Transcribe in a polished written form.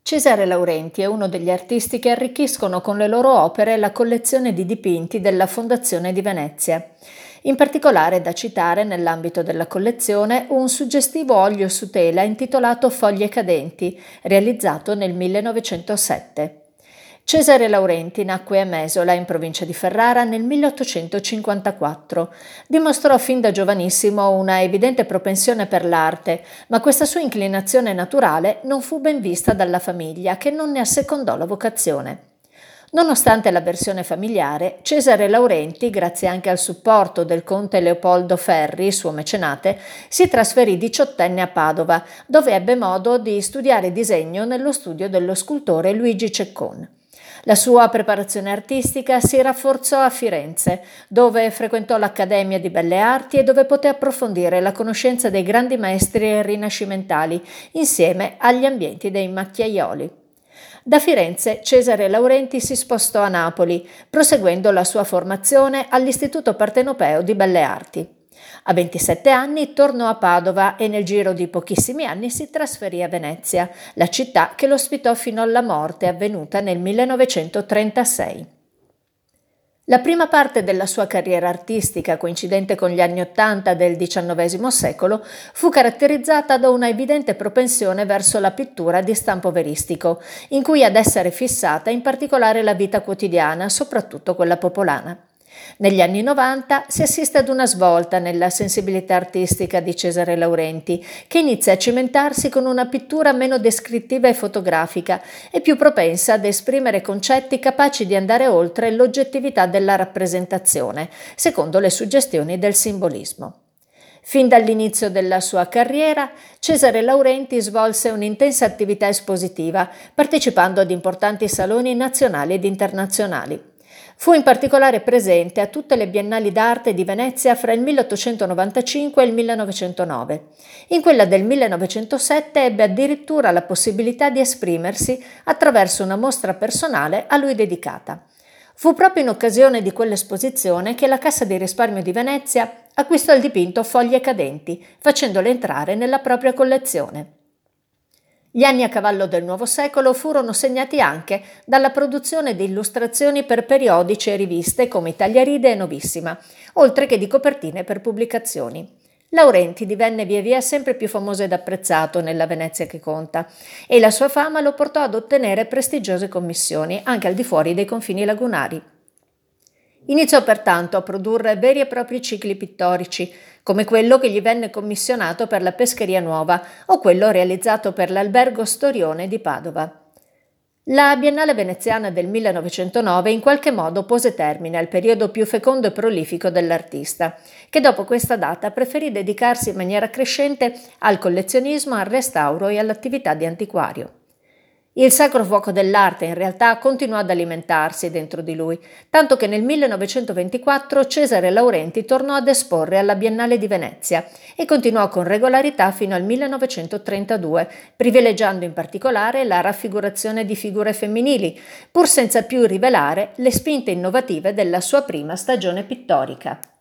Cesare Laurenti è uno degli artisti che arricchiscono con le loro opere la collezione di dipinti della Fondazione di Venezia. In particolare è da citare nell'ambito della collezione un suggestivo olio su tela intitolato Foglie cadenti, realizzato nel 1907. Cesare Laurenti nacque a Mesola, in provincia di Ferrara, nel 1854. Dimostrò fin da giovanissimo una evidente propensione per l'arte, ma questa sua inclinazione naturale non fu ben vista dalla famiglia, che non ne assecondò la vocazione. Nonostante l'avversione familiare, Cesare Laurenti, grazie anche al supporto del conte Leopoldo Ferri, suo mecenate, si trasferì diciottenne a Padova, dove ebbe modo di studiare disegno nello studio dello scultore Luigi Ceccon. La sua preparazione artistica si rafforzò a Firenze, dove frequentò l'Accademia di Belle Arti e dove poté approfondire la conoscenza dei grandi maestri rinascimentali, insieme agli ambienti dei macchiaioli. Da Firenze Cesare Laurenti si spostò a Napoli, proseguendo la sua formazione all'Istituto Partenopeo di Belle Arti. A 27 anni tornò a Padova e nel giro di pochissimi anni si trasferì a Venezia, la città che lo ospitò fino alla morte avvenuta nel 1936. La prima parte della sua carriera artistica, coincidente con gli anni Ottanta del XIX secolo, fu caratterizzata da una evidente propensione verso la pittura di stampo veristico, in cui ad essere fissata in particolare la vita quotidiana, soprattutto quella popolana. Negli anni 90 si assiste ad una svolta nella sensibilità artistica di Cesare Laurenti, che inizia a cimentarsi con una pittura meno descrittiva e fotografica e più propensa ad esprimere concetti capaci di andare oltre l'oggettività della rappresentazione, secondo le suggestioni del simbolismo. Fin dall'inizio della sua carriera, Cesare Laurenti svolse un'intensa attività espositiva, partecipando ad importanti saloni nazionali ed internazionali. Fu in particolare presente a tutte le biennali d'arte di Venezia fra il 1895 e il 1909. In quella del 1907 ebbe addirittura la possibilità di esprimersi attraverso una mostra personale a lui dedicata. Fu proprio in occasione di quell'esposizione che la Cassa di risparmio di Venezia acquistò il dipinto Foglie cadenti, facendolo entrare nella propria collezione. Gli anni a cavallo del nuovo secolo furono segnati anche dalla produzione di illustrazioni per periodici e riviste come Italia-Ride e Novissima, oltre che di copertine per pubblicazioni. Laurenti divenne via via sempre più famoso ed apprezzato nella Venezia che conta, e la sua fama lo portò ad ottenere prestigiose commissioni anche al di fuori dei confini lagunari. Iniziò pertanto a produrre veri e propri cicli pittorici, come quello che gli venne commissionato per la Pescheria Nuova o quello realizzato per l'Albergo Storione di Padova. La Biennale veneziana del 1909 in qualche modo pose termine al periodo più fecondo e prolifico dell'artista, che dopo questa data preferì dedicarsi in maniera crescente al collezionismo, al restauro e all'attività di antiquario. Il sacro fuoco dell'arte in realtà continuò ad alimentarsi dentro di lui, tanto che nel 1924 Cesare Laurenti tornò ad esporre alla Biennale di Venezia e continuò con regolarità fino al 1932, privilegiando in particolare la raffigurazione di figure femminili, pur senza più rivelare le spinte innovative della sua prima stagione pittorica.